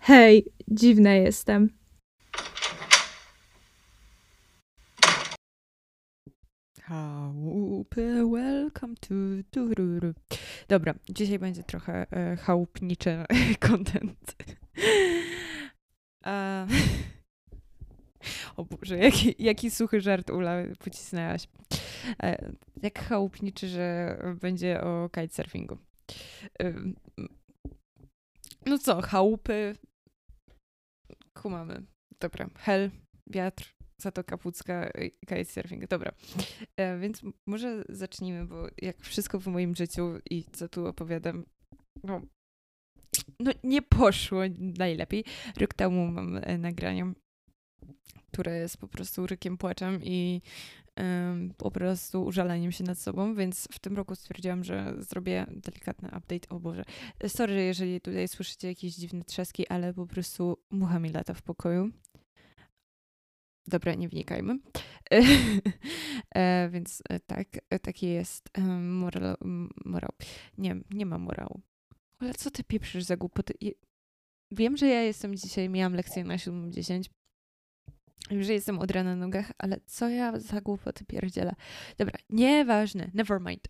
Hej, dziwna jestem. Chałupy, welcome to tururu. Dobra, dzisiaj będzie trochę chałupniczy content. E, o Boże, jaki suchy żart, Ula, pocisnęłaś. Jak chałupniczy, że będzie o kitesurfingu. E, no co, chałupy, kumamy. Dobra, hel, wiatr, Zatoka Pucka, kitesurfing. Dobra, więc może zacznijmy, bo jak wszystko w moim życiu i co tu opowiadam, no nie poszło najlepiej. Rok temu mam nagranie, które jest po prostu rykiem płaczem i po prostu użaleniem się nad sobą, więc w tym roku stwierdziłam, że zrobię delikatny update. O Boże, sorry, jeżeli tutaj słyszycie jakieś dziwne trzaski, ale po prostu mucha mi lata w pokoju. Dobra, nie wnikajmy. Więc tak, taki jest morał. Nie ma morału. Ale co ty pieprzysz za głupoty? Wiem, że ja jestem dzisiaj, miałam lekcję na 7:10. Wiem, że jestem od rana na nogach, ale co ja za głupoty pierdzielę? Dobra, nieważne, never mind.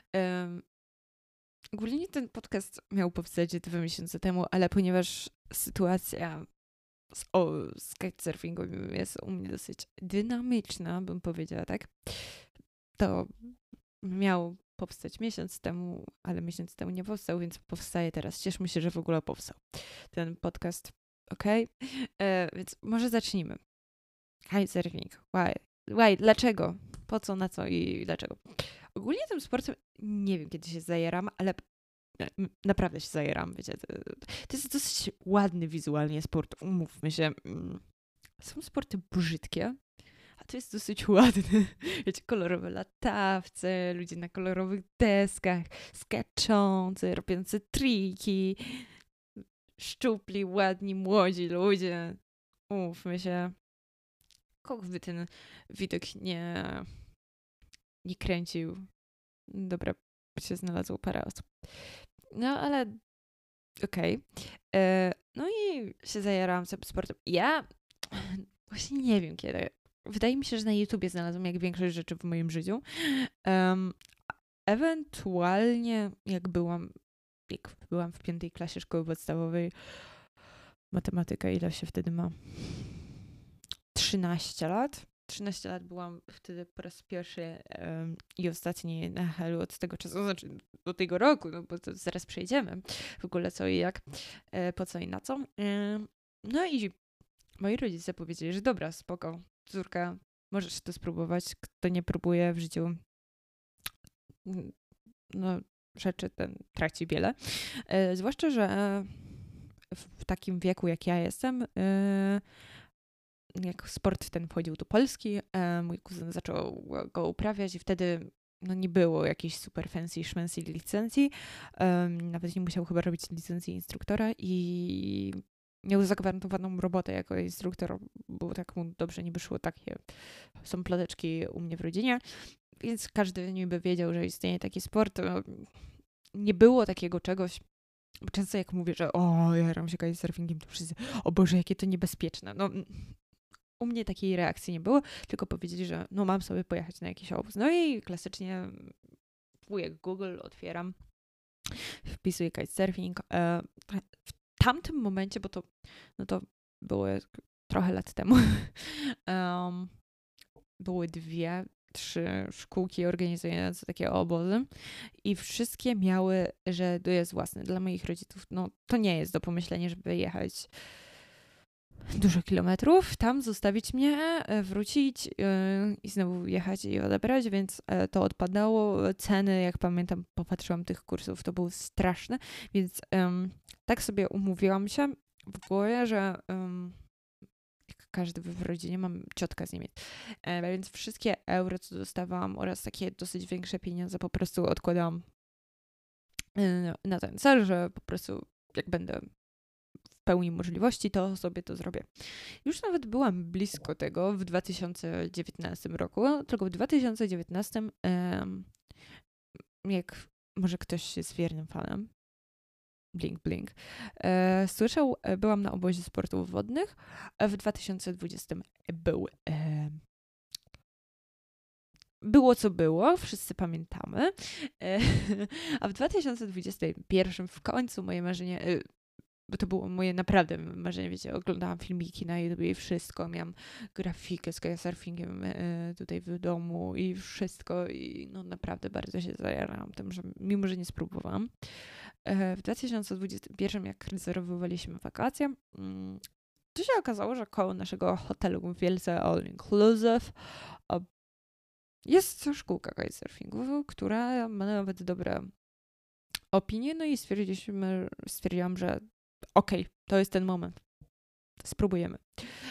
Ogólnie ten podcast miał powstać 2 miesiące temu, ale ponieważ sytuacja z kitesurfingiem jest u mnie dosyć dynamiczna, bym powiedziała, tak? To miał powstać miesiąc temu, ale miesiąc temu nie powstał, więc powstaje teraz. Cieszmy się, że w ogóle powstał ten podcast. Okej? Więc może zacznijmy. Kitesurfing. Why? Dlaczego? Po co, na co i dlaczego? Ogólnie tym sportem nie wiem, kiedy się zajeram, ale naprawdę się zajeram, wiecie. To jest dosyć ładny wizualnie sport, umówmy się. Są sporty brzydkie, a to jest dosyć ładne. Wiecie, kolorowe latawce, ludzie na kolorowych deskach, skaczący, robiący triki, szczupli, ładni, młodzi ludzie. Umówmy się. Kogo by ten widok nie kręcił? Dobra, się znalazło parę osób. No, ale okej. No i się zajarałam sobie sportem. Ja właśnie nie wiem kiedy. Wydaje mi się, że na YouTubie znalazłam jak większość rzeczy w moim życiu. Ewentualnie jak byłam w 5. klasie szkoły podstawowej, matematyka, ile się wtedy ma? 13 lat. 13 lat byłam wtedy po raz pierwszy i ostatni na helu od tego czasu, znaczy do tego roku, no bo to zaraz przejdziemy w ogóle co i jak, po co i na co. No i moi rodzice powiedzieli, że dobra, spoko, córka, możesz to spróbować. Kto nie próbuje w życiu, no rzeczy ten traci wiele. Zwłaszcza, że w takim wieku jak ja jestem, jak sport ten wchodził do Polski, mój kuzyn zaczął go uprawiać i wtedy no nie było jakiejś super fancy szmensy licencji. Nawet nie musiał chyba robić licencji instruktora i miał zagwarantowaną robotę jako instruktor, bo tak mu dobrze niby szło. Takie są ploteczki u mnie w rodzinie, więc każdy niby wiedział, że istnieje taki sport. Nie było takiego czegoś, bo często jak mówię, że jaram się kitesurfingiem, to wszyscy, o Boże, jakie to niebezpieczne. No, u mnie takiej reakcji nie było, tylko powiedzieli, że no mam sobie pojechać na jakiś obóz. No i klasycznie wujek Google otwieram, wpisuję kitesurfing. W tamtym momencie, bo to było trochę lat temu, były 2-3 szkółki organizujące takie obozy i wszystkie miały, że dojazd własny. Dla moich rodziców, no to nie jest do pomyślenia, żeby jechać dużo kilometrów, tam zostawić mnie, wrócić i znowu jechać i odebrać, więc to odpadało. Ceny, jak pamiętam, popatrzyłam tych kursów, to były straszne, więc tak sobie umówiłam się w głowie, że jak każdy w rodzinie, mam ciotka z Niemiec, więc wszystkie euro, co dostawałam oraz takie dosyć większe pieniądze po prostu odkładałam na ten cel, że po prostu jak będę pełni możliwości, to sobie to zrobię. Już nawet byłam blisko tego w 2019 roku, tylko w 2019, jak może ktoś jest wiernym fanem, Blink, blink. Słyszał, byłam na obozie sportów wodnych. W 2020 był było co było, wszyscy pamiętamy. A w 2021 w końcu moje marzenie, bo to było moje naprawdę marzenie, wiecie, oglądałam filmiki na YouTube i wszystko, miałam grafikę z kitesurfingiem tutaj w domu i wszystko i no naprawdę bardzo się zajarałam tym, że mimo, że nie spróbowałam. W 2021, jak rezerwowaliśmy wakacje, to się okazało, że koło naszego hotelu w Wielce All Inclusive jest szkółka kitesurfingu, która ma nawet dobre opinie, no i stwierdziłam, że okej, to jest ten moment. Spróbujemy.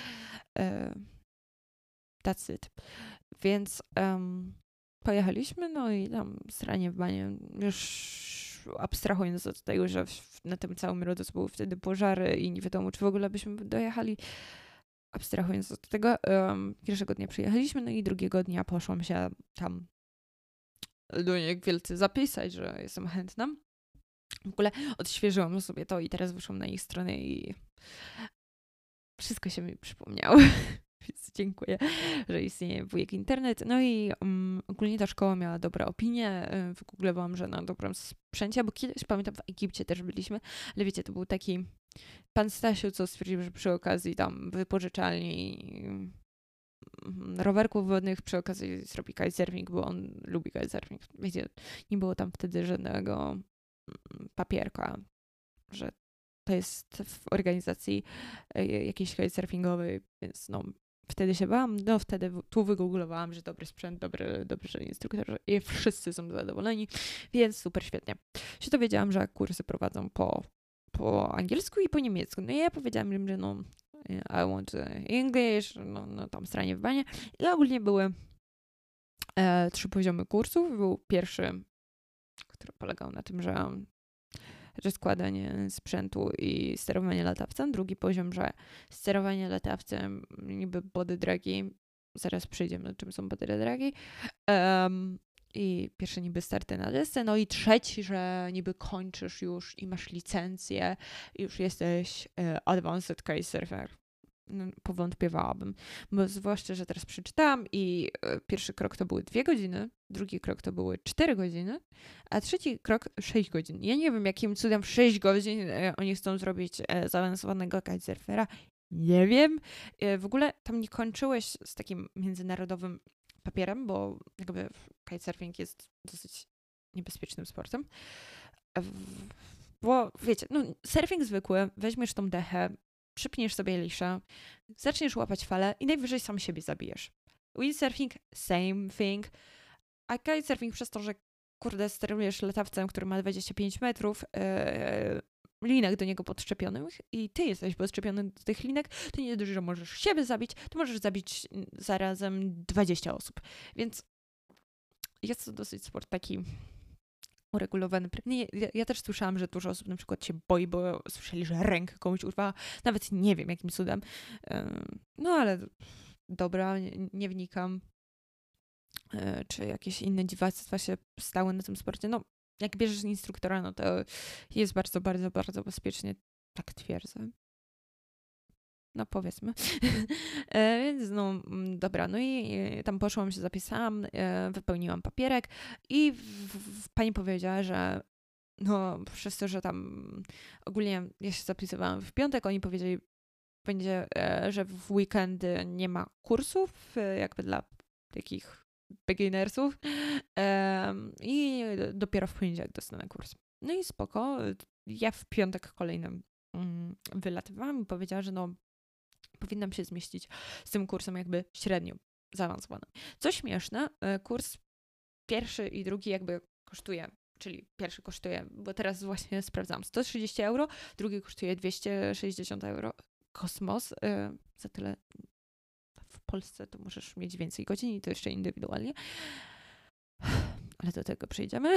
That's it. Więc pojechaliśmy, no i tam sranie w banie, już abstrahując od tego, że na tym całym Rodos były wtedy pożary i nie wiadomo, czy w ogóle byśmy dojechali. Abstrahując od tego, pierwszego dnia przyjechaliśmy, no i drugiego dnia poszłam się tam do niej wielce zapisać, że jestem chętna. W ogóle odświeżyłam sobie to i teraz wyszłam na ich stronę i wszystko się mi przypomniało. Więc dziękuję, że istnieje wujek internet. No i ogólnie ta szkoła miała dobre opinie. Wygooglowałam, że na dobrym sprzęcie, bo kiedyś, pamiętam, w Egipcie też byliśmy, ale wiecie, to był taki pan Stasiu, co stwierdził, że przy okazji tam wypożyczalni rowerków wodnych, przy okazji zrobi kitesurfing, bo on lubi kitesurfing. Wiecie, nie było tam wtedy żadnego papierka, że to jest w organizacji jakiejś kitesurfingowej, więc no wtedy się bałam, no wtedy tu wygooglowałam, że dobry sprzęt, dobry instruktor i wszyscy są zadowoleni, więc super, świetnie. Się dowiedziałam, że kursy prowadzą po angielsku i po niemiecku. No i ja powiedziałam im, że no I want English, no tam stranie w banie. I ogólnie były 3 poziomy kursów. Był pierwszy, który polegał na tym, że składanie sprzętu i sterowanie latawcem. Drugi poziom, że sterowanie latawcem, niby body dragi. Zaraz przyjdziemy, na czym są body dragi. I pierwsze niby starty na desce. No i trzeci, że niby kończysz już i masz licencję i już jesteś advanced kitesurfer. No, powątpiewałabym, bo zwłaszcza, że teraz przeczytałam i pierwszy krok to były 2 godziny, drugi krok to były 4 godziny, a trzeci krok 6 godzin. Ja nie wiem, jakim cudem w 6 godzin oni chcą zrobić zaawansowanego kitesurfera. Nie wiem. W ogóle tam nie kończyłeś z takim międzynarodowym papierem, bo jakby kitesurfing jest dosyć niebezpiecznym sportem. Bo wiecie, no surfing zwykły, weźmiesz tą dechę, przypniesz sobie liszę, zaczniesz łapać fale i najwyżej sam siebie zabijesz. Windsurfing, same thing. A kitesurfing przez to, że kurde sterujesz latawcem, który ma 25 metrów, linek do niego podczepiony i ty jesteś podczepiony do tych linek, to nie dość, że możesz siebie zabić, to możesz zabić zarazem 20 osób. Więc jest to dosyć sport taki uregulowany. Ja też słyszałam, że dużo osób na przykład się boi, bo słyszeli, że rękę komuś urwała. Nawet nie wiem, jakim cudem. No ale dobra, nie wnikam. Czy jakieś inne dziwactwa się stały na tym sporcie. No, jak bierzesz instruktora, no to jest bardzo, bardzo, bardzo bezpiecznie. Tak twierdzę. No powiedzmy. Więc no dobra, no i tam poszłam, się zapisałam, wypełniłam papierek i pani powiedziała, że no przez to, że tam ogólnie ja się zapisywałam w piątek, oni powiedzieli, że w weekendy nie ma kursów, jakby dla takich beginnersów i dopiero w poniedziałek dostanę kurs. No i spoko. Ja w piątek kolejnym wylatywałam i powiedziała, że no powinnam się zmieścić z tym kursem jakby średnio zaawansowanym. Co śmieszne, kurs pierwszy i drugi jakby kosztuje, czyli pierwszy kosztuje, bo teraz właśnie sprawdzam, 130 euro, drugi kosztuje 260 euro. Kosmos. Za tyle w Polsce to możesz mieć więcej godzin i to jeszcze indywidualnie. Ale do tego przejdziemy.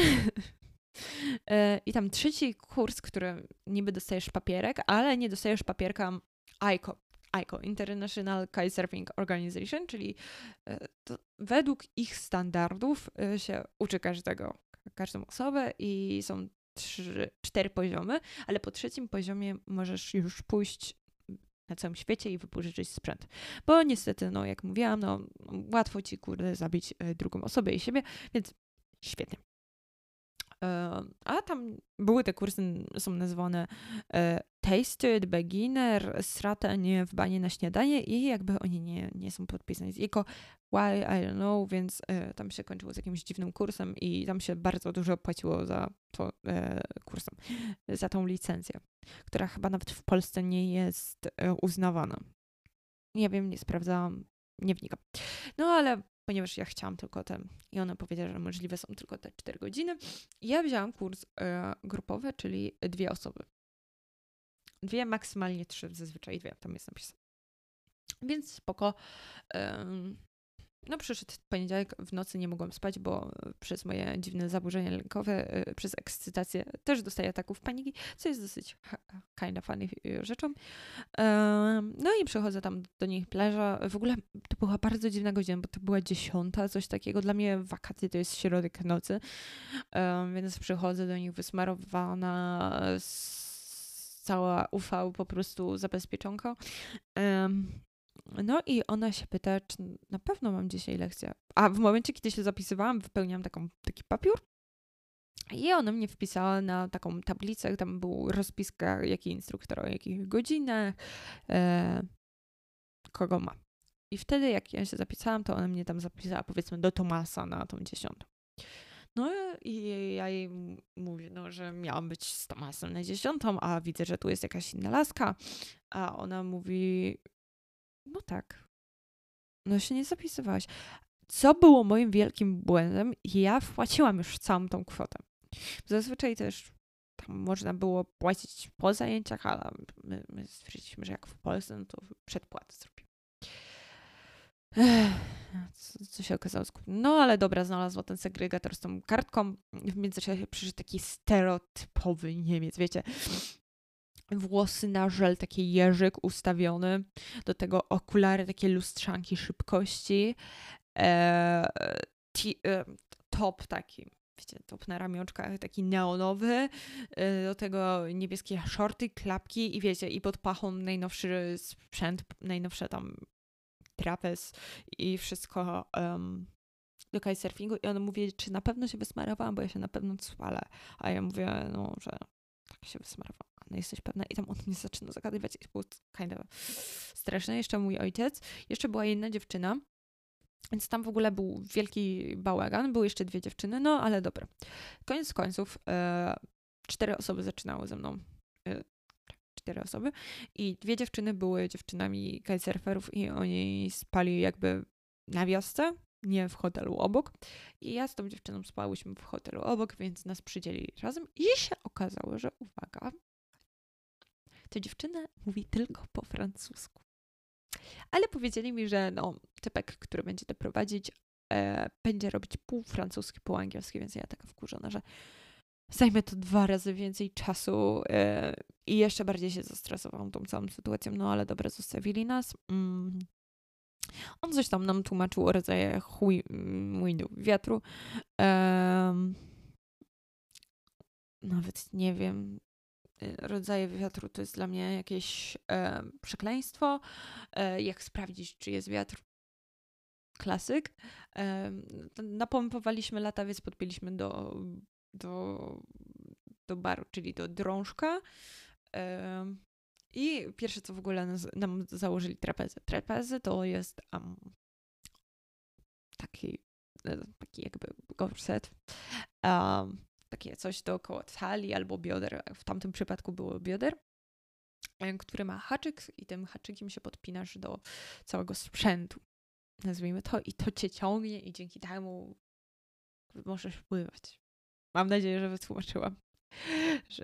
I tam trzeci kurs, który niby dostajesz papierek, ale nie dostajesz papierka ICO, International Kitesurfing Organization, czyli według ich standardów się uczy każdą osobę i są 4 poziomy, ale po 3 poziomie możesz już pójść na całym świecie i wypożyczyć sprzęt. Bo niestety, jak mówiłam, łatwo ci, zabić drugą osobę i siebie, więc świetnie. A tam były te kursy, są nazwane Tasted, Beginner, Stratanie w banie na śniadanie i jakby oni nie są podpisani. Jako Why, I don't know, więc tam się kończyło z jakimś dziwnym kursem i tam się bardzo dużo płaciło za to kursem, za tą licencję, która chyba nawet w Polsce nie jest uznawana. Nie wiem, nie sprawdzałam, nie wnikam. Ale ponieważ ja chciałam tylko i ona powiedziała, że możliwe są tylko te 4 godziny, ja wzięłam kurs grupowy, czyli 2 osoby. 2, maksymalnie 3, zazwyczaj 2, tam jest napisane. Więc spoko. Przyszedł poniedziałek, w nocy nie mogłam spać, bo przez moje dziwne zaburzenia lękowe, przez ekscytację też dostaję ataków paniki, co jest dosyć kind of funny rzeczą. I przychodzę tam do nich, plaża. W ogóle to była bardzo dziwna godzina, bo to była 10, coś takiego. Dla mnie wakacje to jest środek nocy, więc przychodzę do nich wysmarowana, cała UV po prostu zabezpieczonką. I ona się pyta, czy na pewno mam dzisiaj lekcję. A w momencie, kiedy się zapisywałam, wypełniałam taki papier i ona mnie wpisała na taką tablicę, tam był rozpiska, jaki instruktor, o jakich godzinach, kogo ma. I wtedy, jak ja się zapisałam, to ona mnie tam zapisała, powiedzmy, do Tomasa na tą 10. I ja jej mówię, że miałam być z Tomasem na 10, a widzę, że tu jest jakaś inna laska. A ona mówi, tak. Się nie zapisywałaś. Co było moim wielkim błędem? Ja wpłaciłam już całą tą kwotę. Zazwyczaj też tam można było płacić po zajęciach, ale my stwierdziliśmy, że jak w Polsce, to przedpłatę zrobimy. Co się okazało skutne. Ale dobra, znalazła ten segregator z tą kartką. W międzyczasie przyszedł taki stereotypowy Niemiec, wiecie. Włosy na żel, taki jeżyk ustawiony, do tego okulary, takie lustrzanki szybkości, top taki, wiecie, top na ramionczkach, taki neonowy, do tego niebieskie shorty, klapki i wiecie, i pod pachą najnowszy sprzęt, najnowsze tam trapez i wszystko do kitesurfingu i on mówi, czy na pewno się wysmarowałam, bo ja się na pewno spalę, a ja mówię, że tak się wysmarowałam. Jesteś pewna? I tam on mnie zaczyna zagadywać i było kind of straszne. Jeszcze mój ojciec. Jeszcze była jedna dziewczyna, więc tam w ogóle był wielki bałagan. Były jeszcze 2 dziewczyny, ale dobra. Koniec końców 4 osoby zaczynały ze mną. 4 osoby. I 2 dziewczyny były dziewczynami kitesurferów i oni spali jakby na wiosce, nie w hotelu obok. I ja z tą dziewczyną spałyśmy w hotelu obok, więc nas przydzielili razem. I się okazało, że uwaga, ta dziewczyna mówi tylko po francusku. Ale powiedzieli mi, że typek, który będzie to prowadzić, będzie robić pół francuski, pół angielski, więc ja taka wkurzona, że zajmie to 2 razy więcej czasu i jeszcze bardziej się zestresowałam tą całą sytuacją, ale dobra, zostawili nas. On coś tam nam tłumaczył o rodzajach windu, wiatru. Nawet nie wiem, rodzaje wiatru to jest dla mnie jakieś przekleństwo. Jak sprawdzić, czy jest wiatr? Klasyk. Napompowaliśmy latawiec, podpiliśmy do baru, czyli do drążka. I pierwsze, co w ogóle nam założyli trapezy. Trapezy to jest taki jakby gorset. Takie coś dookoła talii albo bioder. W tamtym przypadku było bioder, który ma haczyk i tym haczykiem się podpinasz do całego sprzętu. Nazwijmy to. I to cię ciągnie i dzięki temu możesz pływać. Mam nadzieję, że wytłumaczyłam. Że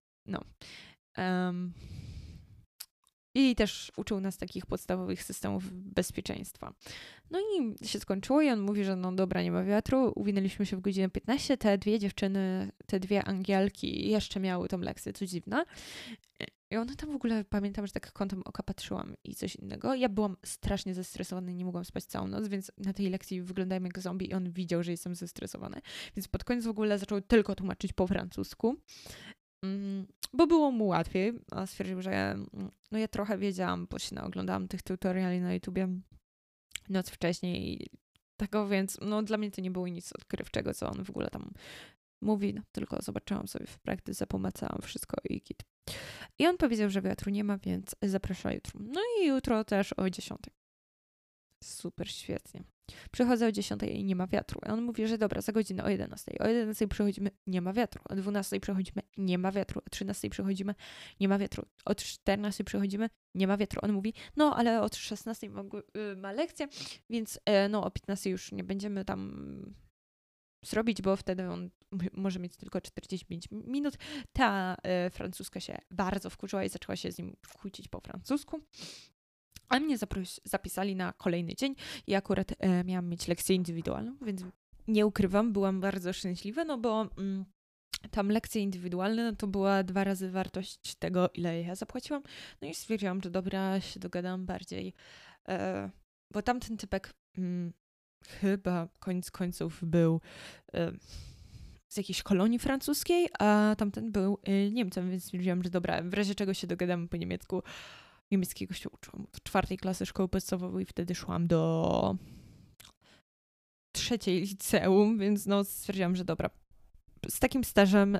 I też uczył nas takich podstawowych systemów bezpieczeństwa. I się skończyło i on mówi, że dobra, nie ma wiatru. Uwinęliśmy się w godzinę 15. Te 2 dziewczyny, te 2 Angielki jeszcze miały tą lekcję, co dziwne. I ona tam w ogóle, pamiętam, że tak kątem oka patrzyłam i coś innego. Ja byłam strasznie zestresowana i nie mogłam spać całą noc, więc na tej lekcji wyglądałem jak zombie i on widział, że jestem zestresowana. Więc pod koniec w ogóle zaczął tylko tłumaczyć po francusku, bo było mu łatwiej. A stwierdził, że no ja trochę wiedziałam, bo się naoglądałam tych tutoriali na YouTubie noc wcześniej i tego, więc no dla mnie to nie było nic odkrywczego, co on w ogóle tam mówi, no, tylko zobaczyłam sobie w praktyce, pomacałam wszystko i git. I on powiedział, że wiatru nie ma, więc zaprasza jutro. No i jutro też o 10. Super, świetnie. Przychodzę o 10 i nie ma wiatru. I on mówi, że dobra, za godzinę o 11. O 11 przychodzimy, nie ma wiatru. O 12 przychodzimy, nie ma wiatru. O 13 przychodzimy, nie ma wiatru. O 14 przychodzimy, nie ma wiatru. On mówi, no ale o 16 ma lekcję, więc no o 15 już nie będziemy tam zrobić, bo wtedy on może mieć tylko 45 minut. Ta francuska się bardzo wkurzyła i zaczęła się z nim kłócić po francusku. A mnie zapisali na kolejny dzień i akurat miałam mieć lekcję indywidualną, więc nie ukrywam, byłam bardzo szczęśliwa, no bo tam lekcje indywidualne no to była 2 razy wartość tego, ile ja zapłaciłam. No i stwierdziłam, że dobra, się dogadam bardziej, bo tamten typek chyba koniec końców był z jakiejś kolonii francuskiej, a tamten był Niemcem, więc stwierdziłam, że dobra, w razie czego się dogadamy po niemiecku. Niemieckiego się uczyłam od 4 klasy szkoły podstawowej i wtedy szłam do 3 liceum, więc no stwierdziłam, że dobra, z takim stażem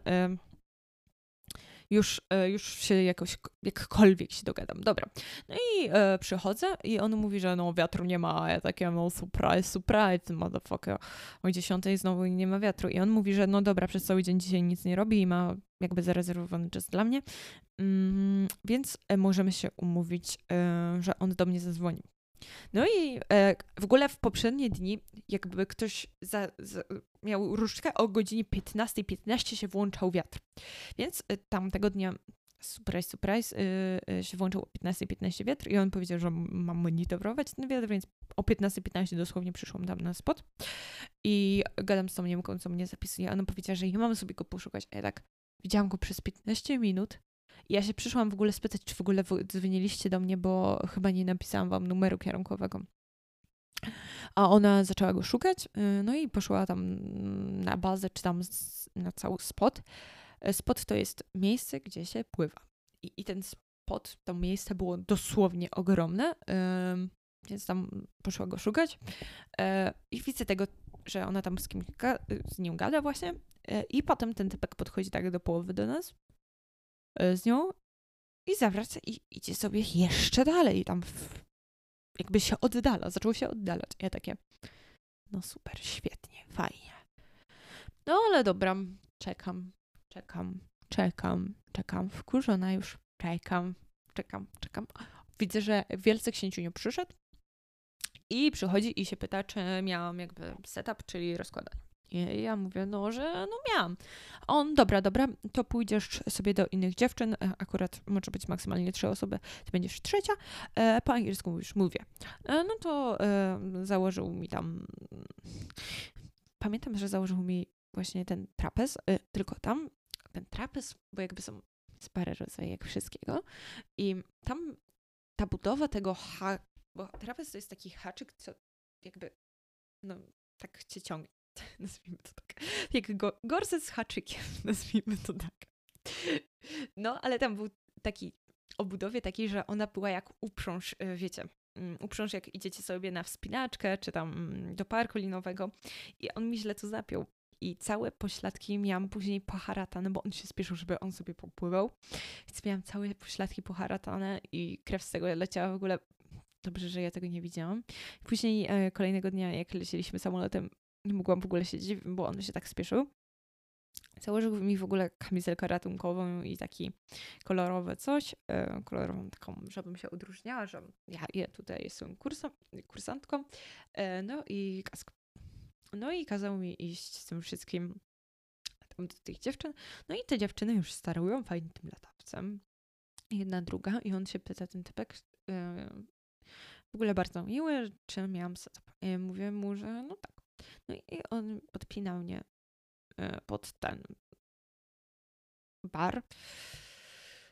już się jakoś, jakkolwiek się dogadam. Dobra. No i przychodzę i on mówi, że no wiatru nie ma, a ja takie no surprise, motherfucker. O 10 znowu nie ma wiatru. I on mówi, że no dobra, przez cały dzień dzisiaj nic nie robi i ma jakby zarezerwowany czas dla mnie, więc możemy się umówić, że on do mnie zadzwoni. No i w ogóle w poprzednie dni jakby ktoś miał różdżkę o godzinie 15:15 się włączał wiatr. Więc tamtego dnia surprise, się włączył o 15:15 wiatr i on powiedział, że mam monitorować ten wiatr, więc o 15:15 dosłownie przyszłam tam na spot i gadam z tą Niemką, co mnie zapisuje. Ona powiedziała, że ja mam sobie go poszukać, a ja tak widziałam go przez 15 minut. Ja się przyszłam w ogóle spytać, czy w ogóle dzwoniliście do mnie, bo chyba nie napisałam wam numeru kierunkowego. A ona zaczęła go szukać, no i poszła tam na bazę, czy tam na cały spot. Spot to jest miejsce, gdzie się pływa. I ten spot, to miejsce było dosłownie ogromne, więc tam poszła go szukać. I widzę tego, że ona tam z nim gada właśnie. I potem ten typek podchodzi tak do połowy do nas z nią i zawraca i idzie sobie jeszcze dalej. Tam jakby się oddala, zaczął się oddalać. Ja takie, no super, świetnie, fajnie. No ale dobra, czekam, wkurzona już, czekam. Widzę, że wielce księciu nie przyszedł i przychodzi i się pyta, czy miałam jakby setup, czyli rozkładanie. I ja mówię, no, że no miałam. A on, dobra, to pójdziesz sobie do innych dziewczyn, akurat może być maksymalnie 3 osoby, ty będziesz trzecia, po angielsku mówię. No to założył mi tam, pamiętam, że założył mi właśnie ten trapez, tylko tam ten trapez, bo jakby są parę rodzajów jak wszystkiego i tam ta budowa tego bo trapez to jest taki haczyk, co jakby, no tak cię ciągnie. Nazwijmy to tak. Jak gorset z haczykiem, nazwijmy to tak. No, ale tam był taki o budowie takiej, że ona była jak uprząż, wiecie, uprząż jak idziecie sobie na wspinaczkę, czy tam do parku linowego i on mi źle to zapiął. I całe pośladki miałam później poharatane, bo on się spieszył, żeby on sobie popływał. Więc miałam całe pośladki poharatane i krew z tego leciała w ogóle. Dobrze, że ja tego nie widziałam. Później kolejnego dnia, jak lecieliśmy samolotem, nie mogłam w ogóle siedzieć, bo on się tak spieszył. Założył mi w ogóle kamizelkę ratunkową i taki kolorowe coś, kolorową taką, żebym się odróżniała, że ja tutaj jestem kursantką, no i kask. No i kazał mi iść z tym wszystkim tam do tych dziewczyn, no i te dziewczyny już starują fajnie tym latawcem. Jedna, druga i on się pyta, ten typek, w ogóle bardzo miły, czy miałam setup. Mówię mu, że no tak. No i on podpinał mnie pod ten bar.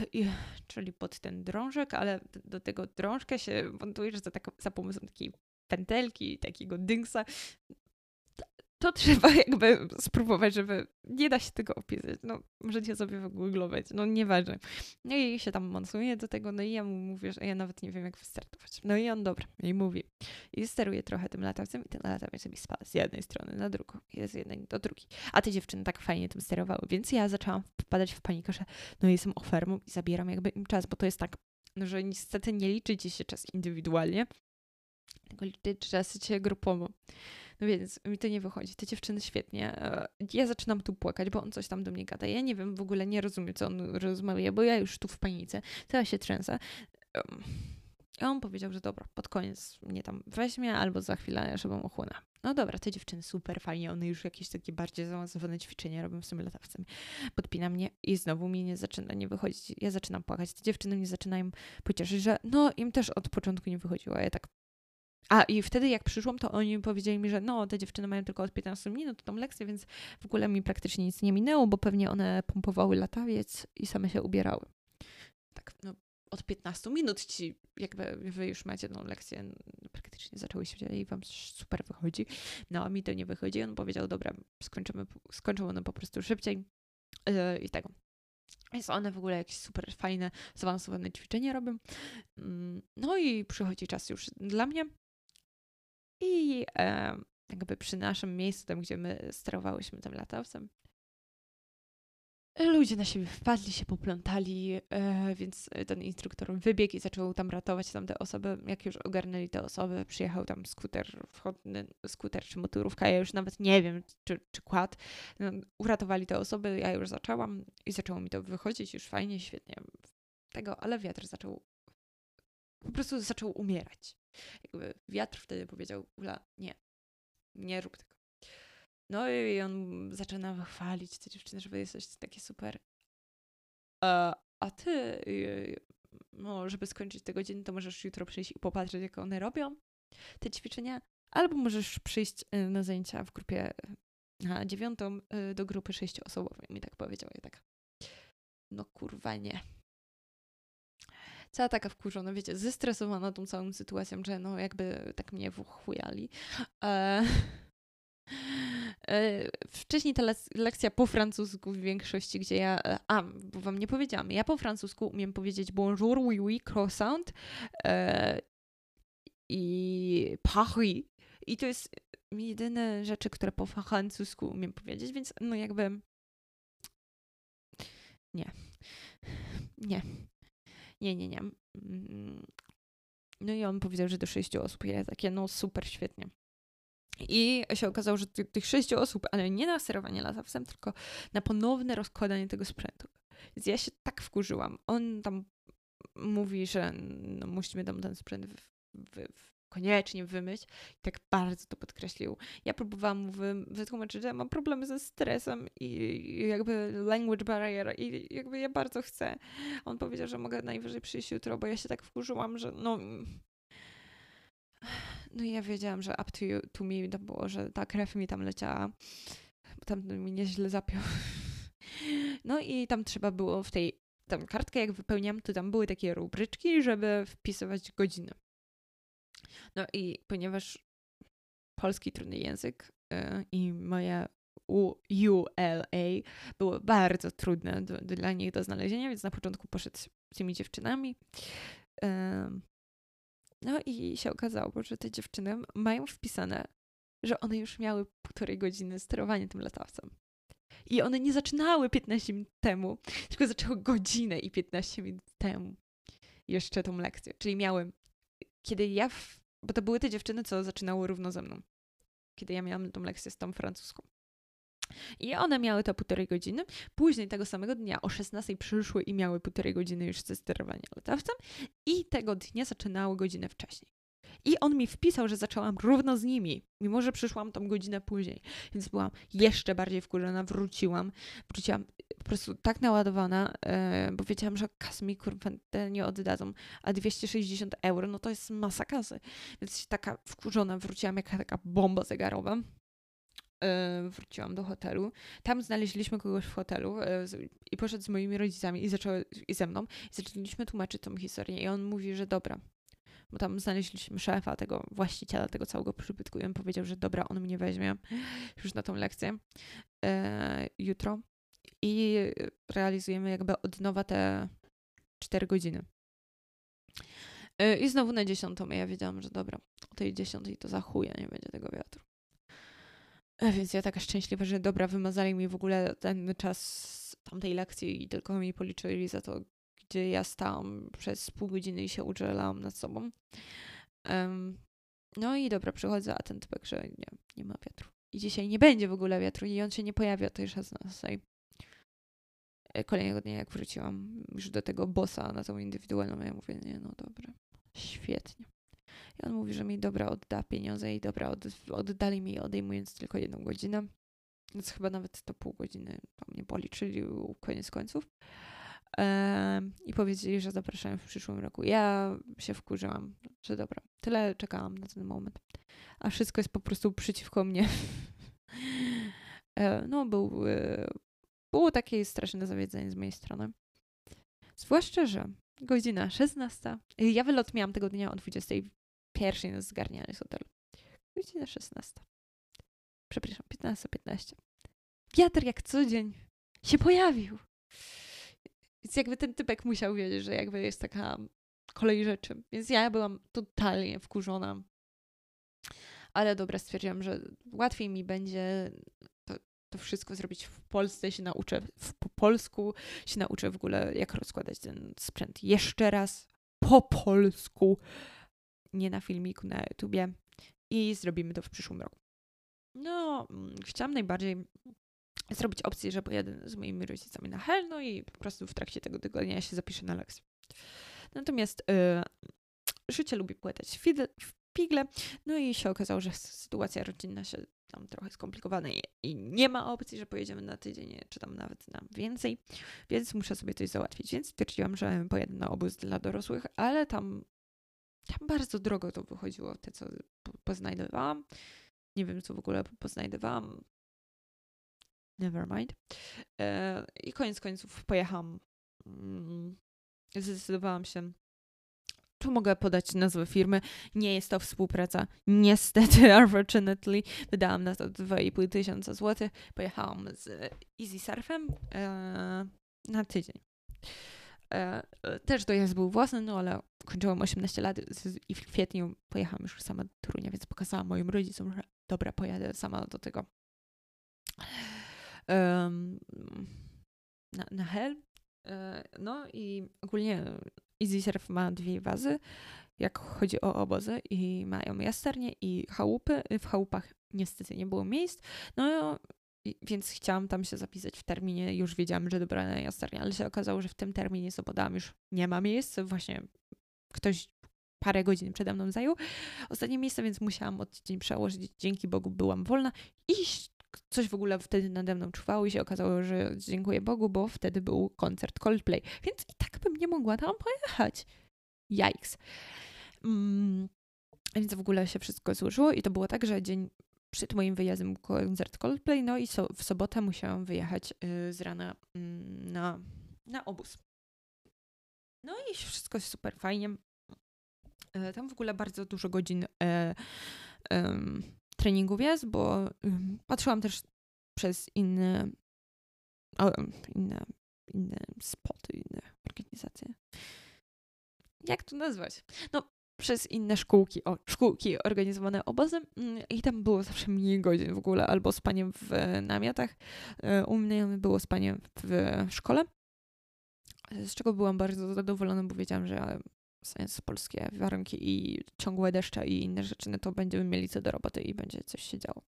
czyli pod ten drążek, ale do tego drążka się montujesz za pomocą takiej pętelki, takiego dingsa. To trzeba jakby spróbować, żeby nie da się tego opisać. No, możecie sobie wygooglować, no nieważne. No i się tam montuje do tego, no i ja mu mówię, że ja nawet nie wiem, jak wystartować. No i on dobra, i mówi. I steruje trochę tym latawcem i ten latawiec mi spada z jednej strony na drugą, z jednej do drugiej. A te dziewczyny tak fajnie tym sterowały, więc ja zaczęłam wpadać w panikę, że no jestem ofermą i zabieram jakby im czas, bo to jest tak, no, że niestety nie liczy ci się czas indywidualnie, tylko liczy czas się grupowo. No więc mi to nie wychodzi. Te dziewczyny świetnie. Ja zaczynam tu płakać, bo on coś tam do mnie gada. Ja nie wiem, w ogóle nie rozumiem, co on rozmawia, bo ja już tu w panice. Teraz się trzęsę. A on powiedział, że dobra, pod koniec mnie tam weźmie, albo za chwilę, żebym ochłonęła. No dobra, te dziewczyny super fajnie, one już jakieś takie bardziej zaawansowane ćwiczenia robią z tym latawcem. Podpina mnie i znowu mi nie wychodzić. Ja zaczynam płakać. Te dziewczyny mnie zaczynają pocieszyć, że no im też od początku nie wychodziło. A ja tak. A i wtedy jak przyszłam, to oni powiedzieli mi, że no, te dziewczyny mają tylko od 15 minut tą lekcję, więc w ogóle mi praktycznie nic nie minęło, bo pewnie one pompowały latawiec i same się ubierały. Tak, no od 15 minut ci jakby wy już macie tą lekcję, praktycznie zaczęłyście i wam super wychodzi. No a mi to nie wychodzi. On powiedział, dobra, skończą one po prostu szybciej i tego. Więc one w ogóle jakieś super fajne, zaawansowane ćwiczenia robią. No i przychodzi czas już dla mnie. I jakby przy naszym miejscu, tam gdzie my sterowałyśmy tym latawcem, ludzie na siebie wpadli, się poplątali, więc ten instruktor wybiegł i zaczął tam ratować tamte osoby. Jak już ogarnęli te osoby, przyjechał tam skuter czy motorówka, ja już nawet nie wiem, czy quad. No, uratowali te osoby, ja już zaczęłam i zaczęło mi to wychodzić już fajnie, świetnie. Ale wiatr po prostu zaczął umierać. Jakby wiatr wtedy powiedział, Ula, nie rób tego. No i on zaczyna chwalić te dziewczyny, że wy jesteście takie super. A ty, no, żeby skończyć te godziny, to możesz jutro przyjść i popatrzeć, jak one robią te ćwiczenia, albo możesz przyjść na zajęcia w grupie na 9 do grupy 6-osobowej. Mi tak powiedział. Ja tak, no kurwa nie. Cała taka wkurzona, wiecie, zestresowana tą całą sytuacją, że no jakby tak mnie wchujali. Wcześniej ta lekcja po francusku w większości, gdzie ja... bo wam nie powiedziałam. Ja po francusku umiem powiedzieć bonjour, oui, oui, croissant i Paris. I to jest jedyne rzeczy, które po francusku umiem powiedzieć, więc no jakby... Nie. No i on powiedział, że do 6 osób. Ja takie, no super, świetnie. I się okazało, że tych 6 osób, ale nie na sterowanie latawcem, tylko na ponowne rozkładanie tego sprzętu. Więc ja się tak wkurzyłam. On tam mówi, że no, musimy tam ten sprzęt koniecznie wymyć. I tak bardzo to podkreślił. Ja próbowałam mu wytłumaczyć, że ja mam problemy ze stresem i jakby language barrier i jakby ja bardzo chcę. On powiedział, że mogę najwyżej przyjść jutro, bo ja się tak wkurzyłam, że no i ja wiedziałam, że up to me to było, że ta krew mi tam leciała, bo tam mi nieźle zapiął. No i tam trzeba było tam kartkę jak wypełniam, to tam były takie rubryczki, żeby wpisywać godziny. No i ponieważ polski trudny język i moje ULA było bardzo trudne dla nich do znalezienia, więc na początku poszedł z tymi dziewczynami. No i się okazało, że te dziewczyny mają wpisane, że one już miały 1,5 godziny sterowania tym latawcem. I one nie zaczynały 15 minut temu, tylko zaczęły godzinę i 15 minut temu jeszcze tą lekcję. Czyli miałem, kiedy bo to były te dziewczyny, co zaczynały równo ze mną. Kiedy ja miałam tą lekcję z tą francuską. I one miały to 1,5 godziny. Później tego samego dnia o 16 przyszły i miały 1,5 godziny już ze sterowania latawcem. I tego dnia zaczynały godzinę wcześniej. I on mi wpisał, że zaczęłam równo z nimi, mimo że przyszłam tą godzinę później. Więc byłam jeszcze bardziej wkurzona, wróciłam po prostu tak naładowana, bo wiedziałam, że kasy mi kurwa nie oddadzą, a 260 euro, no to jest masa kasy. Więc taka wkurzona wróciłam, jaka taka bomba zegarowa. wróciłam do hotelu. Tam znaleźliśmy kogoś w hotelu i poszedł z moimi rodzicami i ze mną i zaczęliśmy tłumaczyć tą historię i on mówi, że dobra, bo tam znaleźliśmy szefa, tego właściciela tego całego przybytku i on powiedział, że dobra, on mnie weźmie już na tą lekcję jutro i realizujemy jakby od nowa te 4 godziny. I znowu na 10 ja wiedziałam, że dobra, o tej 10 to za chuja nie będzie tego wiatru. Więc ja taka szczęśliwa, że dobra, wymazali mi w ogóle ten czas tamtej lekcji i tylko mi policzyli za to, gdzie ja stałam przez pół godziny i się udzielałam nad sobą. No i dobra, przychodzę, a ten typek, że nie ma wiatru. I dzisiaj nie będzie w ogóle wiatru i on się nie pojawia o tej 16. Kolejnego dnia, jak wróciłam już do tego bossa na tą indywidualną, ja mówię, nie, no dobra, świetnie. I on mówi, że mi dobra odda pieniądze i dobra oddali mi, odejmując tylko 1 godzinę. Więc chyba nawet to pół godziny tam nie policzyli koniec końców. I powiedzieli, że zapraszają w przyszłym roku. Ja się wkurzyłam, że dobra, tyle czekałam na ten moment. A wszystko jest po prostu przeciwko mnie. No, było takie straszne zawiedzenie z mojej strony. Zwłaszcza, że godzina 16. Ja wylot miałam tego dnia o 21 na zgarnianie z hotelu. Godzina 16. Przepraszam, 15:15. Wiatr jak co dzień się pojawił. Więc jakby ten typek musiał wiedzieć, że jakby jest taka kolej rzeczy. Więc ja byłam totalnie wkurzona. Ale dobra, stwierdziłam, że łatwiej mi będzie to wszystko zrobić w Polsce, się nauczę po polsku, się nauczę w ogóle, jak rozkładać ten sprzęt jeszcze raz po polsku, nie na filmiku na YouTubie i zrobimy to w przyszłym roku. No, chciałam najbardziej zrobić opcję, że pojadę z moimi rodzicami na Hel, no i po prostu w trakcie tego tygodnia ja się zapiszę na lekcję. Natomiast życie lubi płetać w figle, no i się okazało, że sytuacja rodzinna się tam trochę skomplikowana i nie ma opcji, że pojedziemy na tydzień, czy tam nawet na więcej, więc muszę sobie coś załatwić. Więc stwierdziłam, że pojadę na obóz dla dorosłych, ale tam bardzo drogo to wychodziło, te co poznajdowałam. Nie wiem, co w ogóle poznajdowałam. Never mind. I koniec końców pojechałam. Zdecydowałam się. Tu mogę podać nazwę firmy. Nie jest to współpraca. Niestety, unfortunately. Wydałam na to 2500 zł. Pojechałam z Easy Surfem na tydzień. Też dojazd był własny, no ale kończyłam 18 lat i w kwietniu pojechałam już sama do Torunia, więc pokazałam moim rodzicom, że dobra, pojadę sama do tego na Hel. No i ogólnie Easy Surf ma 2 bazy, jak chodzi o obozy i mają jasternie i chałupy. W chałupach niestety nie było miejsc, no więc chciałam tam się zapisać w terminie. Już wiedziałam, że dobra na jasternie, ale się okazało, że w tym terminie, co podałam, już nie ma miejsc. Właśnie ktoś parę godzin przede mną zajął ostatnie miejsce, więc musiałam odcień przełożyć. Dzięki Bogu byłam wolna i coś w ogóle wtedy nade mną czuwało i się okazało, że dziękuję Bogu, bo wtedy był koncert Coldplay, więc i tak bym nie mogła tam pojechać. Yikes. Więc w ogóle się wszystko złożyło i to było tak, że dzień przed moim wyjazdem był koncert Coldplay, no i w sobotę musiałam wyjechać z rana na obóz. No i wszystko jest super fajnie. Tam w ogóle bardzo dużo godzin treningów jest, bo patrzyłam też przez inne spoty, inne organizacje. Jak to nazwać? No, przez inne szkółki organizowane obozy i tam było zawsze mniej godzin w ogóle, albo spaniem w namiotach. U mnie było spanie w szkole, z czego byłam bardzo zadowolona, bo wiedziałam, że znając polskie warunki i ciągłe deszcze i inne rzeczy, no to będziemy mieli co do roboty i będzie coś się działo.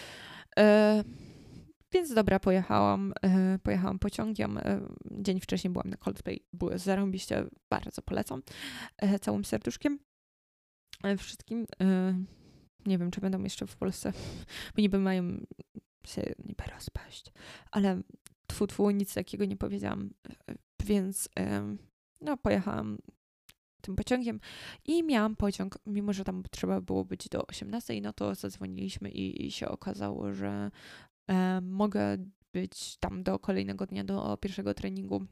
Więc dobra, pojechałam pociągiem. Dzień wcześniej byłam na Coldplay. Było zarąbiście, bardzo polecam. Całym serduszkiem. Wszystkim. Nie wiem, czy będą jeszcze w Polsce, bo niby mają się niby rozpaść. Ale tfu, nic takiego nie powiedziałam. Więc no, pojechałam tym pociągiem i miałam pociąg, mimo że tam trzeba było być do 18, no to zadzwoniliśmy i się okazało, że mogę być tam do kolejnego dnia, do pierwszego treningu.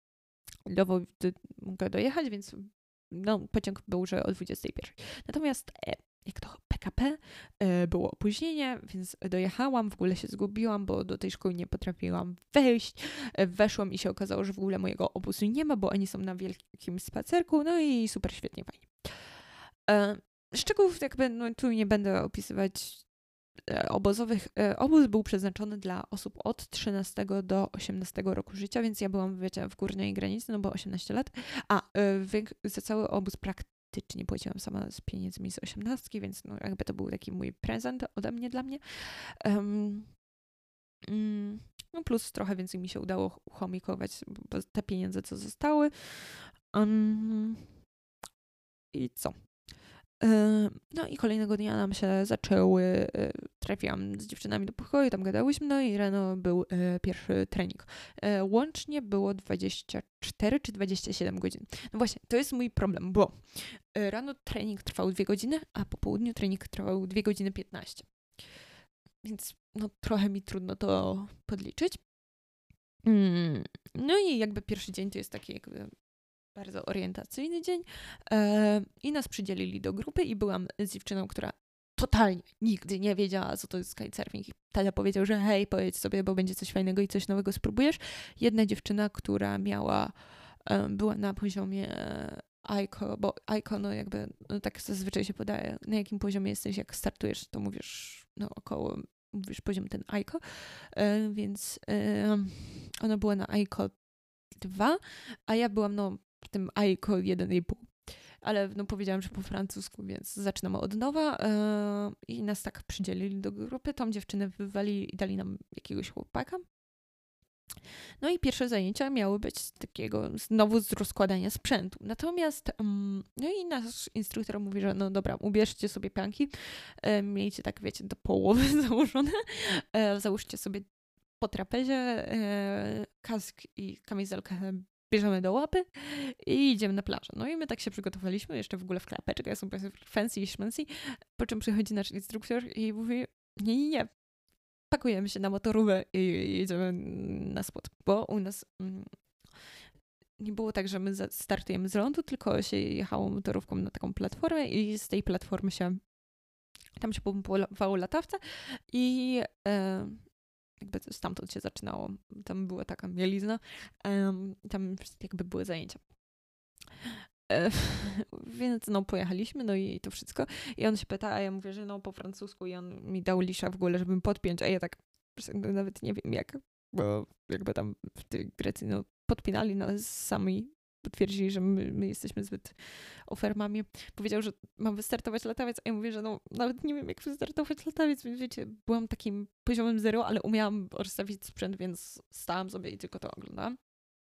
Mogę dojechać, więc no, pociąg był, że o 21. Natomiast jak to PKP, było opóźnienie, więc dojechałam, w ogóle się zgubiłam, bo do tej szkoły nie potrafiłam wejść. Weszłam i się okazało, że w ogóle mojego obozu nie ma, bo oni są na wielkim spacerku, no i super, świetnie, fajnie. Szczegółów jakby, no tu nie będę opisywać obozowych. Obóz był przeznaczony dla osób od 13 do 18 roku życia, więc ja byłam, wiecie, w górnej granicy, no bo 18 lat, za cały obóz praktycznie płaciłam sama z pieniędzmi z 18, więc no jakby to był taki mój prezent ode mnie, dla mnie. No plus trochę więcej mi się udało uchomikować, bo te pieniądze, co zostały. I co? No i kolejnego dnia nam się zaczęły, trafiłam z dziewczynami do pokoju, tam gadałyśmy, no i rano był pierwszy trening. Łącznie było 24 czy 27 godzin. No właśnie, to jest mój problem, bo rano trening trwał 2 godziny, a po południu trening trwał 2 godziny 15. Więc no trochę mi trudno to podliczyć. No i jakby pierwszy dzień to jest taki jakby bardzo orientacyjny dzień i nas przydzielili do grupy i byłam z dziewczyną, która totalnie nigdy nie wiedziała, co to jest kitesurfing. I tata powiedział, że hej, pojedź sobie, bo będzie coś fajnego i coś nowego spróbujesz. Jedna dziewczyna, która była na poziomie AIKO, bo AIKO, no jakby, no tak zazwyczaj się podaje, na jakim poziomie jesteś, jak startujesz, to mówisz, no mówisz poziom ten AIKO, więc ona była na AIKO 2, a ja byłam, no, w tym AIKO 1,5. Ale no powiedziałam, że po francusku, więc zaczynamy od nowa i nas tak przydzielili do grupy. Tą dziewczynę wywali i dali nam jakiegoś chłopaka. No i pierwsze zajęcia miały być znowu z rozkładania sprzętu. Natomiast no i nasz instruktor mówi, że no dobra, ubierzcie sobie pianki, miejcie tak, wiecie, do połowy założone, załóżcie sobie po trapezie kask i kamizelkę bierzemy do łapy i idziemy na plażę. No i my tak się przygotowaliśmy, jeszcze w ogóle w klapeczkach, są fancy i szmancy, po czym przychodzi nasz instruktor i mówi, nie, pakujemy się na motorówkę i jedziemy na spot, bo u nas nie było tak, że my startujemy z lądu, tylko się jechało motorówką na taką platformę i z tej platformy tam się pompowało latawce i jakby stamtąd się zaczynało. Tam była taka mielizna, tam jakby były zajęcia. Więc no pojechaliśmy, no i to wszystko. I on się pyta, a ja mówię, że no po francusku i on mi dał lisza w ogóle, żebym podpiąć, a ja tak nawet nie wiem jak, bo jakby tam w tej Grecji no podpinali nas sami, potwierdzili, że my jesteśmy zbyt ofermami. Powiedział, że mam wystartować latawiec, a ja mówię, że no nawet nie wiem jak wystartować latawiec, więc wiecie, byłam takim poziomem zero, ale umiałam rozstawić sprzęt, więc stałam sobie i tylko to oglądałam.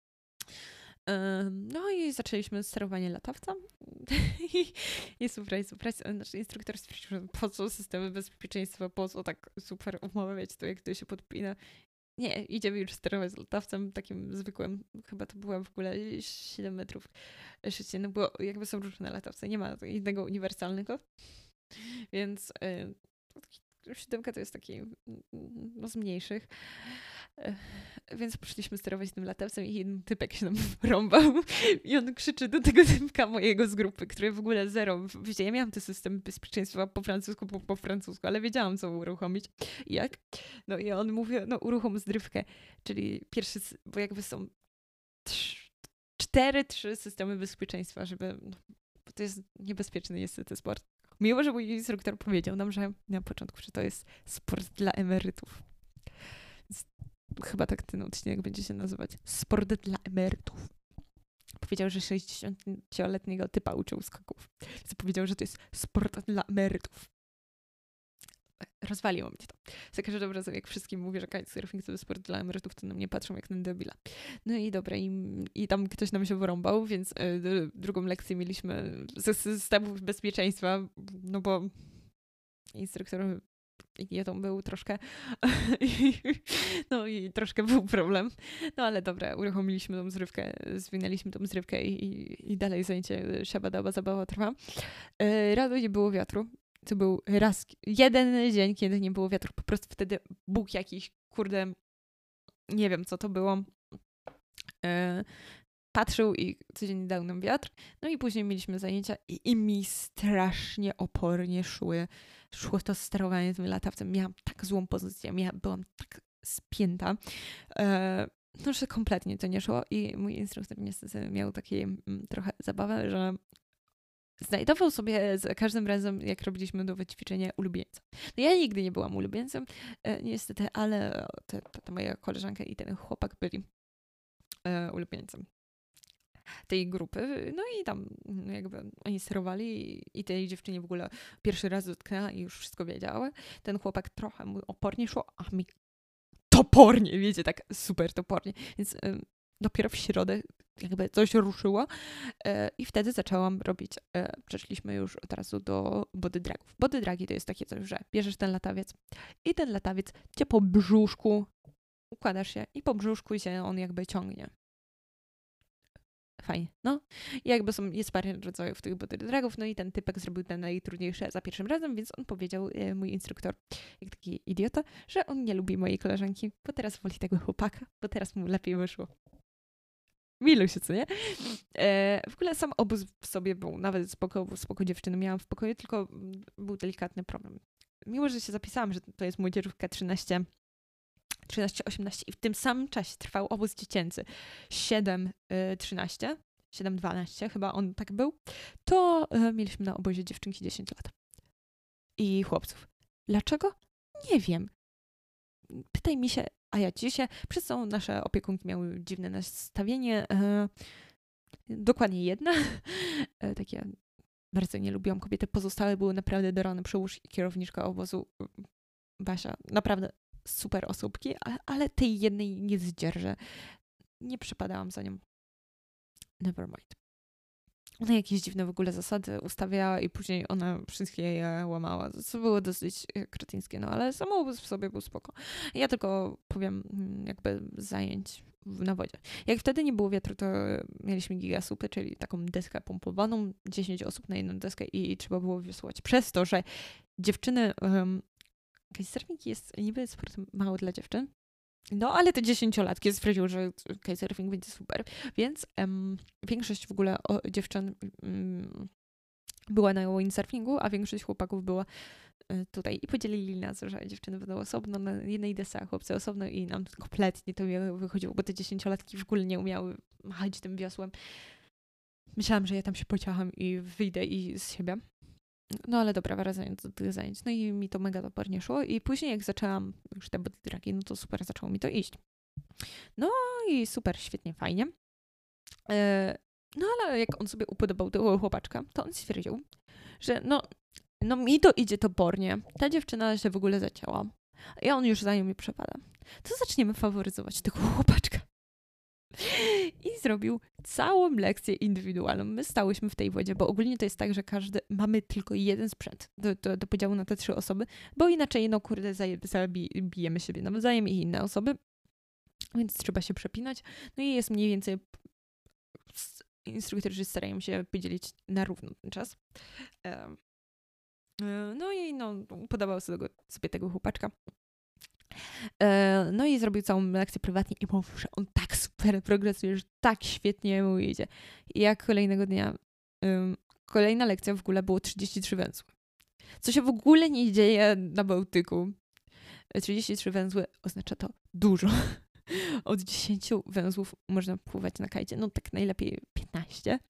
No i zaczęliśmy sterowanie latawca i surprise, nasz instruktor stwierdził, że po co systemy bezpieczeństwa, po co tak super umawiać to, jak to się podpina. Nie, idziemy już sterować latawcem takim zwykłym, chyba to była w ogóle 7 metrów szycie, no bo jakby są różne latawce, nie ma jednego uniwersalnego, więc 7 to jest taki no, z mniejszych. Więc poszliśmy sterować tym latawcem i jeden typek się nam rąbał i on krzyczy do tego typka mojego z grupy, który w ogóle zero. Wiecie, ja miałam ten system bezpieczeństwa po francusku, ale wiedziałam, co uruchomić i jak. No i on mówi, no uruchom zdrywkę, czyli pierwszy, bo jakby są 4-3 systemy bezpieczeństwa, bo to jest niebezpieczny niestety sport. Mimo, że mój instruktor powiedział nam, że na początku, że to jest sport dla emerytów. Więc chyba tak ten odcinek będzie się nazywać. Sport dla emerytów. Powiedział, że 60-letniego typa uczył skoków. Więc powiedział, że to jest sport dla emerytów. Rozwaliło mnie to. Za każdym razem, jak wszystkim mówię, że kitesurfing to jest sport dla emerytów, to na mnie patrzą jak na debila. No i dobra, i tam ktoś nam się wyrąbał, więc drugą lekcję mieliśmy ze systemów bezpieczeństwa, no bo instruktor idiotą był troszkę. No i troszkę był problem. No ale dobra, uruchomiliśmy tą zrywkę, zwinęliśmy tą zrywkę i dalej zajęcie szabadaba zabawa trwa. Rano nie było wiatru. To był jeden dzień, kiedy nie było wiatru. Po prostu wtedy Bóg jakiś, kurde, nie wiem co to było, patrzył i codziennie dał nam wiatr. No i później mieliśmy zajęcia i mi strasznie opornie szło to sterowanie tym latawcem. Miałam tak złą pozycję, byłam tak spięta, no że kompletnie to nie szło i mój instruktor niestety miał taką trochę zabawę, że znajdował sobie za każdym razem, jak robiliśmy nowe ćwiczenie, ulubieńca. No ja nigdy nie byłam ulubieńcem, niestety, ale ta moja koleżanka i ten chłopak byli ulubieńcem tej grupy. No i tam jakby oni sterowali i tej dziewczynie w ogóle pierwszy raz dotknęła i już wszystko wiedziała. Ten chłopak trochę mu opornie szło, a mi topornie, wiecie, tak super topornie. Więc dopiero w środę jakby coś ruszyło i wtedy zaczęłam robić, przeszliśmy już od razu do body dragów. Body dragi to jest takie coś, że bierzesz ten latawiec i ten latawiec cię po brzuszku, układasz się i po brzuszku się on jakby ciągnie. Fajnie, no. I jakby jest parę rodzajów tych body dragów, no i ten typek zrobił te najtrudniejsze za pierwszym razem, więc on powiedział, mój instruktor, jak taki idiota, że on nie lubi mojej koleżanki, bo teraz woli tego chłopaka, bo teraz mu lepiej wyszło. Milusie, co nie? W ogóle sam obóz w sobie był nawet spoko dziewczyny miałam w pokoju, tylko był delikatny problem. Mimo, że się zapisałam, że to jest młodzieżówka 13-18 i w tym samym czasie trwał obóz dziecięcy 7-13, 7-12 chyba on tak był, to mieliśmy na obozie dziewczynki 10 lat i chłopców. Dlaczego? Nie wiem. Pytaj mi się, a ja ci się. Przez co nasze opiekunki miały dziwne nastawienie. Dokładnie jedna. Takie bardzo nie lubiłam kobiety. Pozostałe były naprawdę do rany przyłóż i kierowniczka obozu Basia. Naprawdę super osóbki, ale tej jednej nie zdzierżę. Nie przepadałam za nią. Never mind. Ona jakieś dziwne w ogóle zasady ustawiała i później ona wszystkie je łamała. To było dosyć kretyńskie, no ale sam obóz w sobie był spoko. Ja tylko powiem jakby zajęć na wodzie. Jak wtedy nie było wiatru, to mieliśmy gigasupy, czyli taką deskę pompowaną, 10 osób na jedną deskę i trzeba było wiosłować. Przez to, że dziewczyny, kitesurfing jest niby sportem mało dla dziewczyn, no, ale te 10-latki stwierdziły, że kitesurfing będzie super, więc większość w ogóle dziewczyn była na windsurfingu, a większość chłopaków była tutaj i podzielili nas, że dziewczyny będą osobno na jednej desce, a chłopcy osobno i nam kompletnie to wychodziło, bo te 10-latki w ogóle nie umiały machać tym wiosłem. Myślałam, że ja tam się pociacham i wyjdę i z siebie. No ale dobra, wracając do tych zajęć. No i mi to mega topornie szło i później jak zaczęłam już te body dragi, no to super zaczęło mi to iść. No i super, świetnie, fajnie. No ale jak on sobie upodobał tego chłopaczka, to on stwierdził, że no mi to idzie topornie. Ta dziewczyna się w ogóle zacięła. I on już za nią mi przepada. To zaczniemy faworyzować tego chłopaczka. I zrobił całą lekcję indywidualną. My stałyśmy w tej wodzie, bo ogólnie to jest tak, że mamy tylko jeden sprzęt do podziału na te 3 osoby, bo inaczej, no kurde, zabijemy siebie nawzajem i inne osoby, więc trzeba się przepinać. No i jest mniej więcej instruktorzy starają się podzielić na równo ten czas. No i podobał sobie tego chłopaczka. No i zrobił całą lekcję prywatnie i mówił, że on tak super progresuje, że tak świetnie mu idzie. I jak kolejnego dnia, kolejna lekcja w ogóle było 33 węzły. Co się w ogóle nie dzieje na Bałtyku. 33 węzły oznacza to dużo. Od 10 węzłów można pływać na kajcie, no tak najlepiej 15.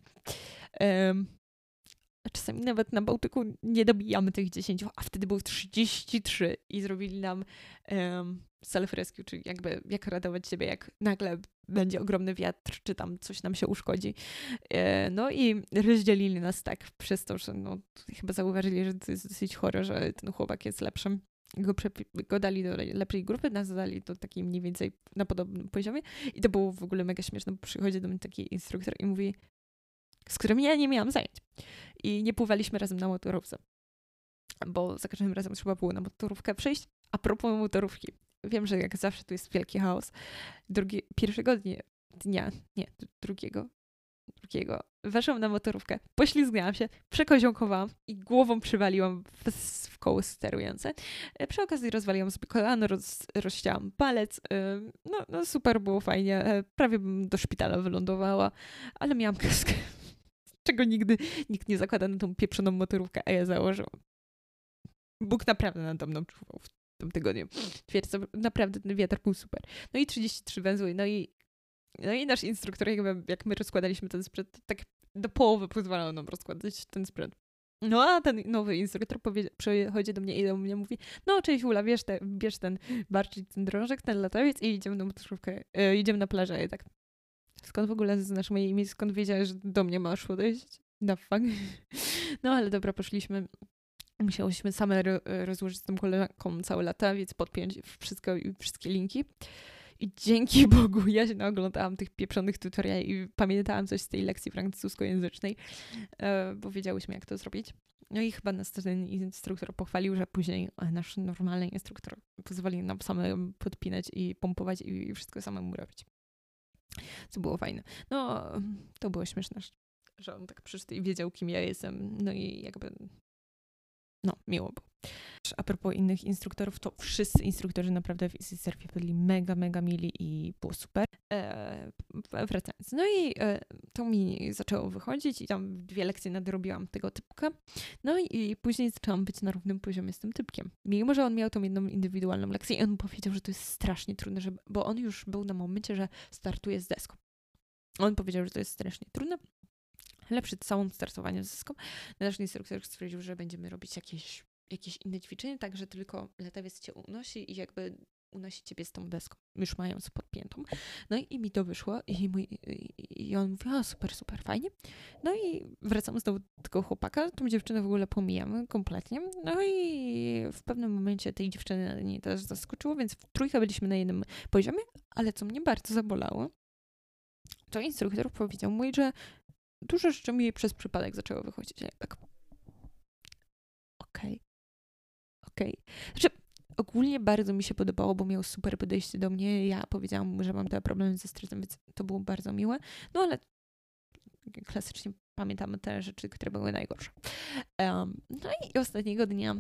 Czasami nawet na Bałtyku nie dobijamy tych 10, a wtedy było 33 i zrobili nam self-rescue, czyli jakby jak ratować siebie, jak nagle będzie ogromny wiatr, czy tam coś nam się uszkodzi. No i rozdzielili nas tak przez to, że chyba zauważyli, że to jest dosyć chore, że ten chłopak jest lepszym. Go dali do lepszej grupy, nas dali do takiej mniej więcej na podobnym poziomie i to było w ogóle mega śmieszne, bo przychodzi do mnie taki instruktor i mówi, z którym ja nie miałam zajęć. I nie pływaliśmy razem na motorówce. bo za każdym razem trzeba było na motorówkę przyjść. A propos motorówki, wiem, że jak zawsze tu jest wielki chaos. Pierwszego dnia, drugiego, weszłam na motorówkę, poślizgnęłam się, przekoziołkowałam i głową przywaliłam w koło sterujące. Przy okazji rozwaliłam sobie kolano, rozcięłam palec. No super, było fajnie. Prawie bym do szpitala wylądowała, ale miałam kaskę, czego nigdy nikt nie zakłada na tą pieprzoną motorówkę, a ja założyłam. Bóg naprawdę nade mną czuwał w tym tygodniu. Twierdzę, naprawdę ten wiatr był super. No i 33 węzły, no i nasz instruktor, jak my rozkładaliśmy ten sprzęt, tak do połowy pozwalał nam rozkładać ten sprzęt. No a ten nowy instruktor przychodzi do mnie i do mnie mówi, no cześć Ula, bierz ten barczyk, ten drążek, ten latawiec i idziemy na motorówkę, idziemy na plażę. A ja tak, skąd w ogóle znasz moje imię, skąd wiedziałeś, że do mnie masz podejść? The fuck? No ale dobra, poszliśmy. Musiałyśmy same rozłożyć z tą koleżanką cały latawiec, podpiąć wszystkie linki. I dzięki Bogu ja się naoglądałam tych pieprzonych tutoriali i pamiętałam coś z tej lekcji francuskojęzycznej, bo wiedziałyśmy, jak to zrobić. No i chyba nas ten instruktor pochwalił, że później nasz normalny instruktor pozwolił nam same podpinać i pompować i wszystko samemu robić. Co było fajne. No, to było śmieszne, że on tak przyszedł i wiedział, kim ja jestem. No i jakby... No, miło było. A propos innych instruktorów, to wszyscy instruktorzy naprawdę w Easy Surfie byli mega, mega mili i było super. Wracając. No i to mi zaczęło wychodzić i tam 2 lekcje nadrobiłam tego typka. No i później zaczęłam być na równym poziomie z tym typkiem. Mimo, że on miał tą jedną indywidualną lekcję i on powiedział, że to jest strasznie trudne, bo on już był na momencie, że startuje z deską. On powiedział, że to jest strasznie trudne. Ale przed całym startowaniem z deską nasz instruktor stwierdził, że będziemy robić jakieś inne ćwiczenie, tak, że tylko latawiec cię unosi i jakby unosi ciebie z tą deską, już mając podpiętą. No i mi to wyszło i on mówi, o super, super, fajnie. No i wracamy znowu do tego chłopaka, tą dziewczynę w ogóle pomijamy kompletnie. No i w pewnym momencie tej dziewczyny mnie też zaskoczyło, więc w trójkę byliśmy na jednym poziomie, ale co mnie bardzo zabolało, to instruktor powiedział mój, że dużo rzeczy mi przez przypadek zaczęło wychodzić. Ja tak, okej. Znaczy, ogólnie bardzo mi się podobało, bo miał super podejście do mnie. Ja powiedziałam mu, że mam te problemy ze stresem, więc to było bardzo miłe. No ale klasycznie pamiętamy te rzeczy, które były najgorsze. No i ostatniego dnia,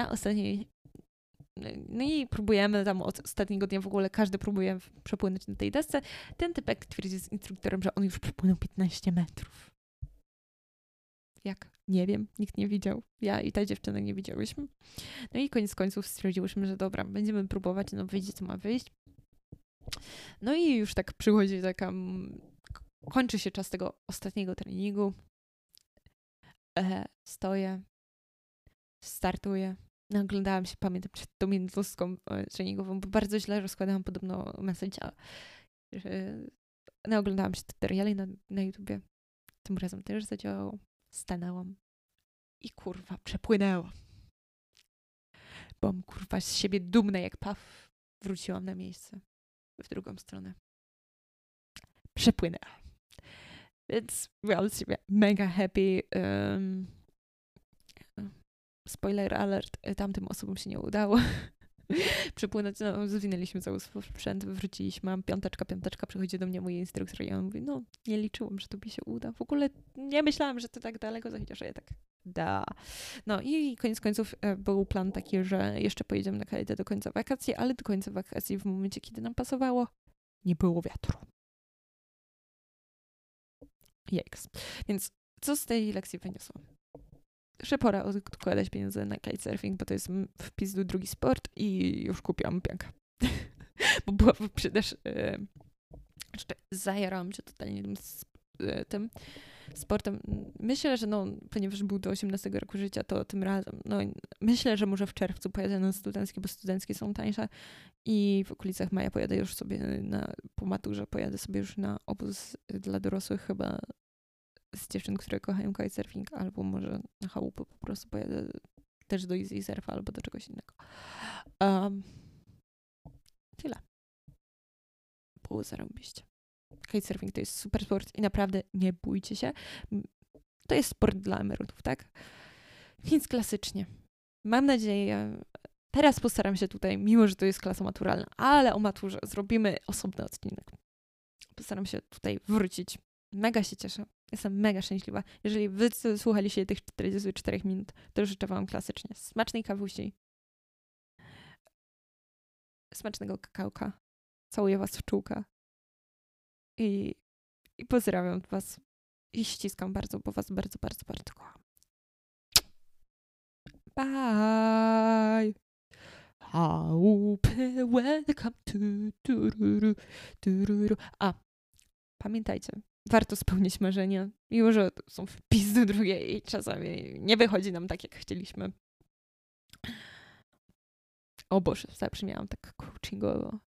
no i próbujemy tam od ostatniego dnia w ogóle, każdy próbuje przepłynąć na tej desce. Ten typek twierdzi z instruktorem, że on już przepłynął 15 metrów. Jak? Nie wiem, nikt nie widział. Ja i ta dziewczyna nie widziałyśmy. No i koniec końców stwierdziłyśmy, że dobra, będziemy próbować, no wyjdzie co ma wyjść. No i już tak przychodzi taka... Kończy się czas tego ostatniego treningu. Stoję. Startuję. Naoglądałam się, pamiętam, przed tą jednostką treningową, bo bardzo źle rozkładałam podobno masę ciała. Naoglądałam się tutoriali na YouTubie. Tym razem też zadziałało. Stanęłam i kurwa przepłynęłam. Byłam kurwa z siebie dumna jak paw. Wróciłam na miejsce w drugą stronę. Przepłynęłam. Więc byłam z siebie mega happy. Spoiler alert, tamtym osobom się nie udało przepłynąć. No, zwinęliśmy cały sprzęt, wróciliśmy, mam piąteczka, przychodzi do mnie mój instruktor i on mówi, no nie liczyłam, że tobie się uda. W ogóle nie myślałam, że ty tak daleko zajdziesz, a ja tak, da. No i koniec końców był plan taki, że jeszcze pojedziemy na Kajdę do końca wakacji, ale do końca wakacji w momencie, kiedy nam pasowało, nie było wiatru. Jeks. Więc co z tej lekcji wyniosłam? Że pora odkładać pieniądze na kitesurfing, bo to jest wpis do drugi sport i już kupiłam piankę. Bo była wyprzedaż. Zajarałam się totalnie tym sportem. Myślę, że ponieważ był do 18 roku życia, to tym razem, myślę, że może w czerwcu pojadę na studenckie, bo studenckie są tańsze i w okolicach maja pojadę już sobie po maturze, pojadę sobie już na obóz dla dorosłych chyba z dziewczyn, które kochają kitesurfing, albo może na chałupę po prostu pojadę też do Easy Surfa albo do czegoś innego. Tyle. Było zarąbiście. Kitesurfing to jest super sport i naprawdę nie bójcie się. To jest sport dla emerytów, tak? Więc klasycznie. mam nadzieję, teraz postaram się tutaj, mimo że to jest klasa maturalna, ale o maturze zrobimy osobny odcinek. Postaram się tutaj wrócić. Mega się cieszę. Jestem mega szczęśliwa. Jeżeli wy słuchaliście tych 44 minut, to życzę wam klasycznie smacznej kawusi, smacznego kakałka. Całuję was w czułka. I pozdrawiam was. I ściskam bardzo, bo was bardzo, bardzo, bardzo kocham. Bye! Chałupy, welcome to tururu, tururu. A, pamiętajcie, warto spełnić marzenia, mimo że są w pizdu drugie i czasami nie wychodzi nam tak, jak chcieliśmy. O Boże, zabrzmiałam tak coachingowo.